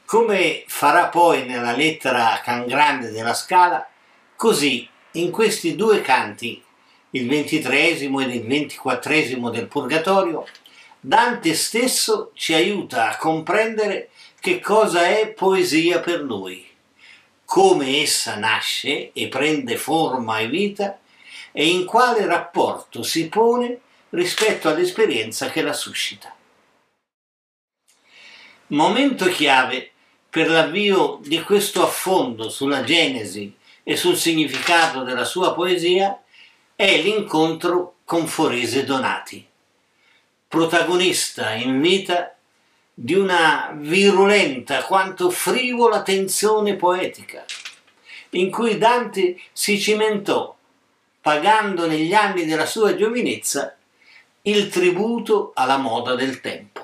Come farà poi nella lettera Can Grande della Scala, così in questi due canti, il 23esimo ed il 24esimo del Purgatorio, Dante stesso ci aiuta a comprendere che cosa è poesia per lui, come essa nasce e prende forma e vita e in quale rapporto si pone rispetto all'esperienza che la suscita. Momento chiave per l'avvio di questo affondo sulla genesi e sul significato della sua poesia è l'incontro con Forese Donati, protagonista in vita di una virulenta quanto frivola tensione poetica, in cui Dante si cimentò, pagando negli anni della sua giovinezza il tributo alla moda del tempo.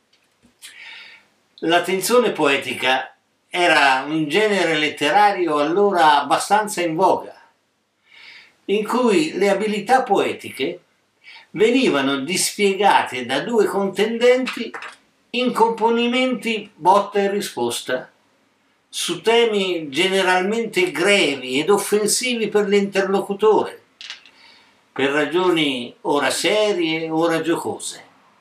La tensione poetica era un genere letterario allora abbastanza in voga, in cui le abilità poetiche venivano dispiegate da due contendenti in componimenti botta e risposta, su temi generalmente grevi ed offensivi per l'interlocutore, per ragioni ora serie, ora giocose.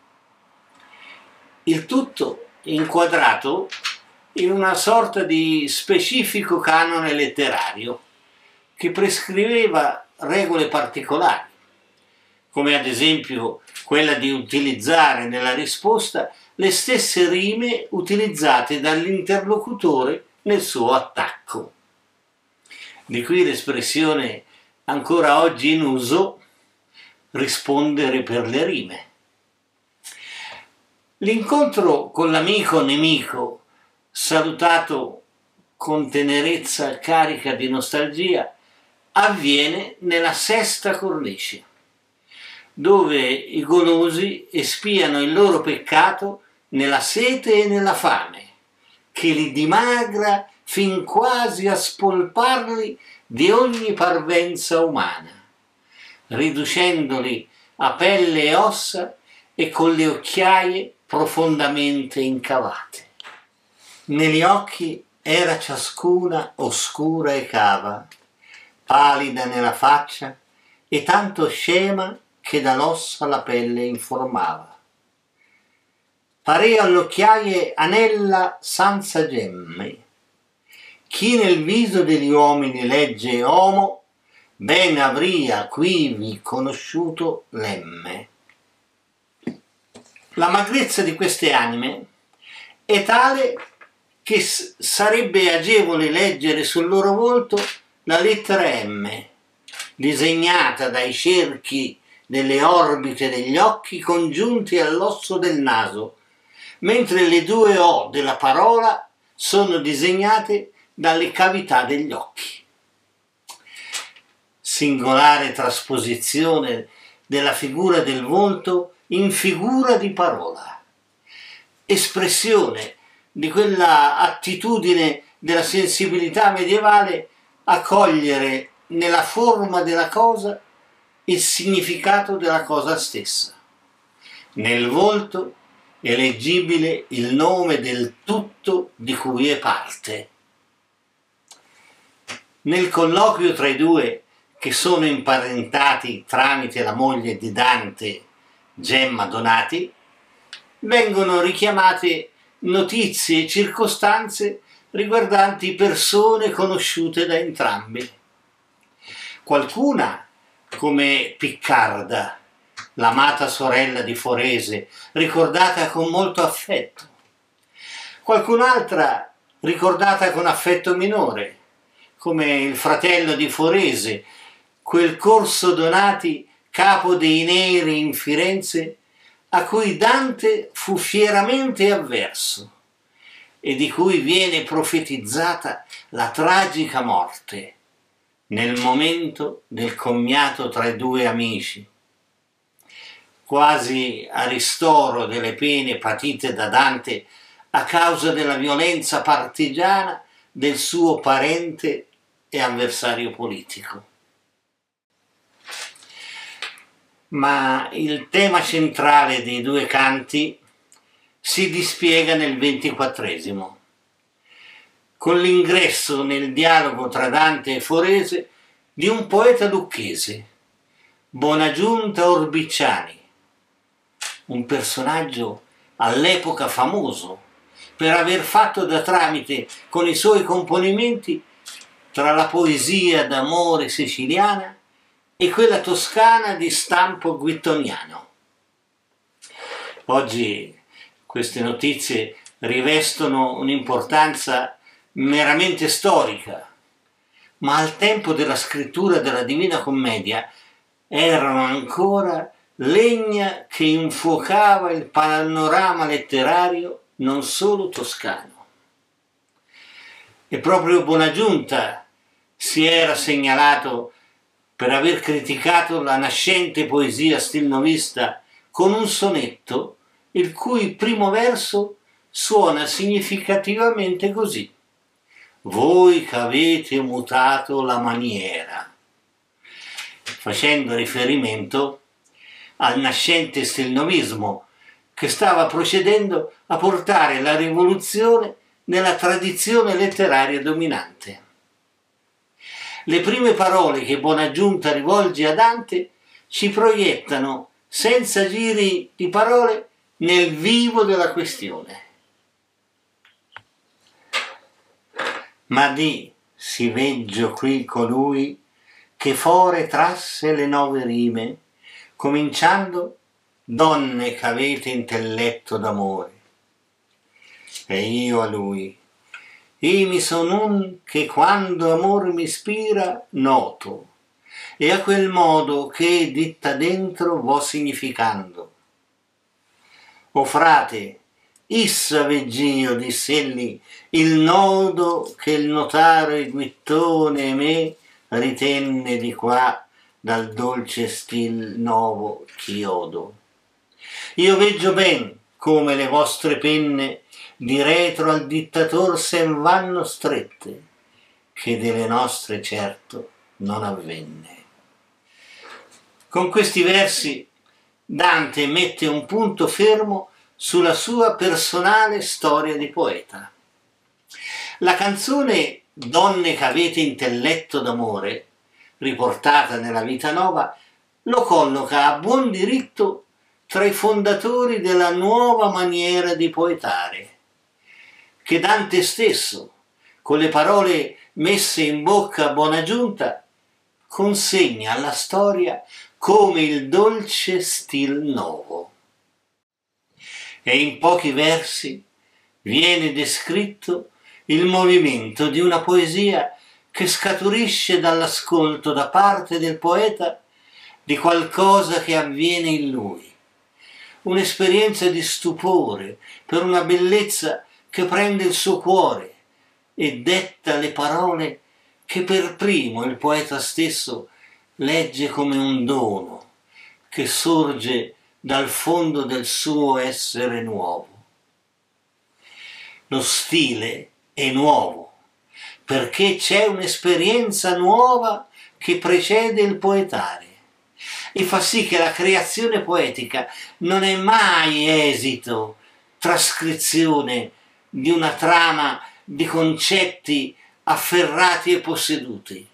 Il tutto inquadrato in una sorta di specifico canone letterario che prescriveva regole particolari, come ad esempio quella di utilizzare nella risposta le stesse rime utilizzate dall'interlocutore nel suo attacco. Di qui l'espressione ancora oggi in uso, rispondere per le rime. L'incontro con l'amico nemico, salutato con tenerezza carica di nostalgia, avviene nella sesta cornice, dove i golosi espiano il loro peccato nella sete e nella fame, che li dimagra fin quasi a spolparli di ogni parvenza umana, riducendoli a pelle e ossa e con le occhiaie profondamente incavate. Negli occhi era ciascuna oscura e cava, pallida nella faccia e tanto scema che dall'ossa la pelle informava. Parea all'occhiaie anella senza gemme. Chi nel viso degli uomini legge homo, ben avria quivi conosciuto l'emme. La magrezza di queste anime è tale che sarebbe agevole leggere sul loro volto la lettera M, disegnata dai cerchi delle orbite degli occhi congiunti all'osso del naso, mentre le due O della parola sono disegnate dalle cavità degli occhi. Singolare trasposizione della figura del volto in figura di parola, espressione di quella attitudine della sensibilità medievale a cogliere nella forma della cosa il significato della cosa stessa. Nel volto è leggibile il nome del tutto di cui è parte. Nel colloquio tra i due, che sono imparentati tramite la moglie di Dante, Gemma Donati, vengono richiamate notizie e circostanze riguardanti persone conosciute da entrambi. Qualcuna, come Piccarda, l'amata sorella di Forese, ricordata con molto affetto. Qualcun'altra ricordata con affetto minore, come il fratello di Forese, quel Corso Donati, capo dei Neri in Firenze, a cui Dante fu fieramente avverso e di cui viene profetizzata la tragica morte nel momento del commiato tra i due amici, quasi a ristoro delle pene patite da Dante a causa della violenza partigiana del suo parente e avversario politico. Ma il tema centrale dei due canti si dispiega nel 24esimo, con l'ingresso nel dialogo tra Dante e Forese di un poeta lucchese, Bonagiunta Orbicciani, un personaggio all'epoca famoso per aver fatto da tramite con i suoi componimenti tra la poesia d'amore siciliana e quella toscana di stampo guittoniano. Oggi queste notizie rivestono un'importanza meramente storica, ma al tempo della scrittura della Divina Commedia erano ancora legna che infuocava il panorama letterario non solo toscano. E proprio Bonagiunta si era segnalato per aver criticato la nascente poesia stilnovista con un sonetto il cui primo verso suona significativamente così: voi che avete mutato la maniera, facendo riferimento al nascente stilnovismo che stava procedendo a portare la rivoluzione nella tradizione letteraria dominante. Le prime parole che Bonagiunta rivolge a Dante ci proiettano senza giri di parole nel vivo della questione. Ma di si veggio qui colui che fore trasse le 9 rime, cominciando donne che avete intelletto d'amore. E io a lui, mi son un che quando amor mi ispira noto, e a quel modo che ditta dentro vo significando. O frate, issa vegg'io, diss'elli, il nodo che il notare Guittone e me ritenne di qua dal dolce stil novo ch'iodo. Io veggio ben come le vostre penne di retro al dittator sen vanno strette, che delle nostre certo non avvenne. Con questi versi Dante mette un punto fermo sulla sua personale storia di poeta. La canzone Donne che avete intelletto d'amore, riportata nella Vita Nova, lo colloca a buon diritto tra i fondatori della nuova maniera di poetare, che Dante stesso, con le parole messe in bocca a Bonagiunta, consegna alla storia come il dolce stil novo. E in pochi versi viene descritto il movimento di una poesia che scaturisce dall'ascolto da parte del poeta di qualcosa che avviene in lui, un'esperienza di stupore per una bellezza che prende il suo cuore e detta le parole che per primo il poeta stesso legge come un dono che sorge dal fondo del suo essere nuovo. Lo stile è nuovo perché c'è un'esperienza nuova che precede il poetare e fa sì che la creazione poetica non è mai esito, trascrizione di una trama di concetti afferrati e posseduti,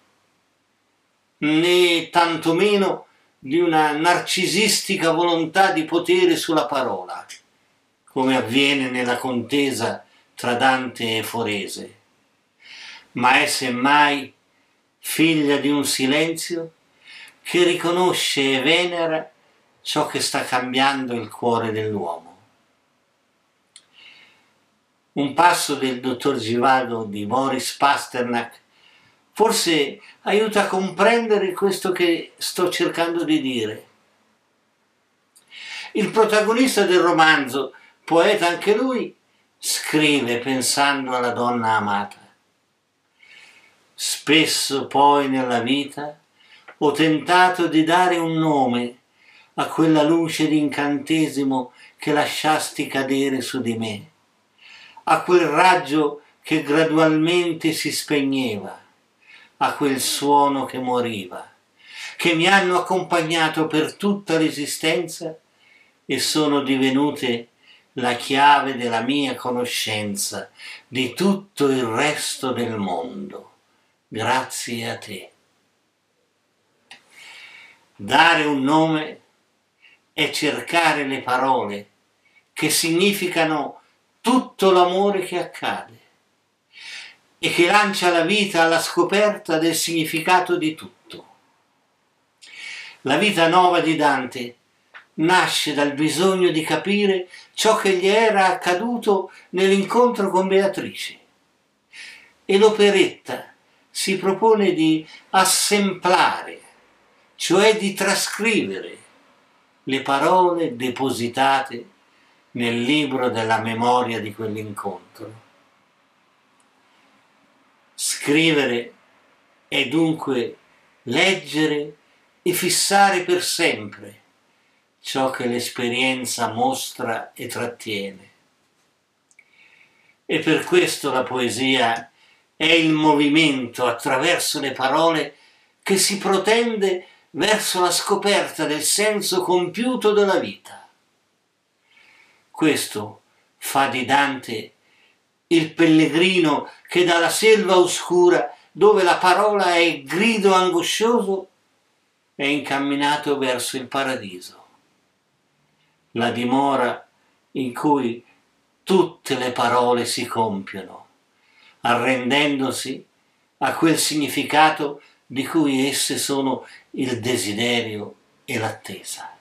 né tantomeno di una narcisistica volontà di potere sulla parola, come avviene nella contesa tra Dante e Forese, ma è semmai figlia di un silenzio che riconosce e venera ciò che sta cambiando il cuore dell'uomo. Un passo del dottor Givago di Boris Pasternak forse aiuta a comprendere questo che sto cercando di dire. Il protagonista del romanzo, poeta anche lui, scrive pensando alla donna amata. Spesso poi nella vita ho tentato di dare un nome a quella luce d'incantesimo che lasciasti cadere su di me, a quel raggio che gradualmente si spegneva, a quel suono che moriva, che mi hanno accompagnato per tutta l'esistenza e sono divenute la chiave della mia conoscenza di tutto il resto del mondo, grazie a te. Dare un nome è cercare le parole che significano tutto l'amore che accade e che lancia la vita alla scoperta del significato di tutto. La vita nuova di Dante nasce dal bisogno di capire ciò che gli era accaduto nell'incontro con Beatrice e l'operetta si propone di assemblare, cioè di trascrivere le parole depositate nel libro della memoria di quell'incontro. Scrivere è dunque leggere e fissare per sempre ciò che l'esperienza mostra e trattiene. E per questo la poesia è il movimento attraverso le parole che si protende verso la scoperta del senso compiuto della vita. Questo fa di Dante il pellegrino che dalla selva oscura, dove la parola è grido angoscioso, è incamminato verso il paradiso, la dimora in cui tutte le parole si compiono, arrendendosi a quel significato di cui esse sono il desiderio e l'attesa.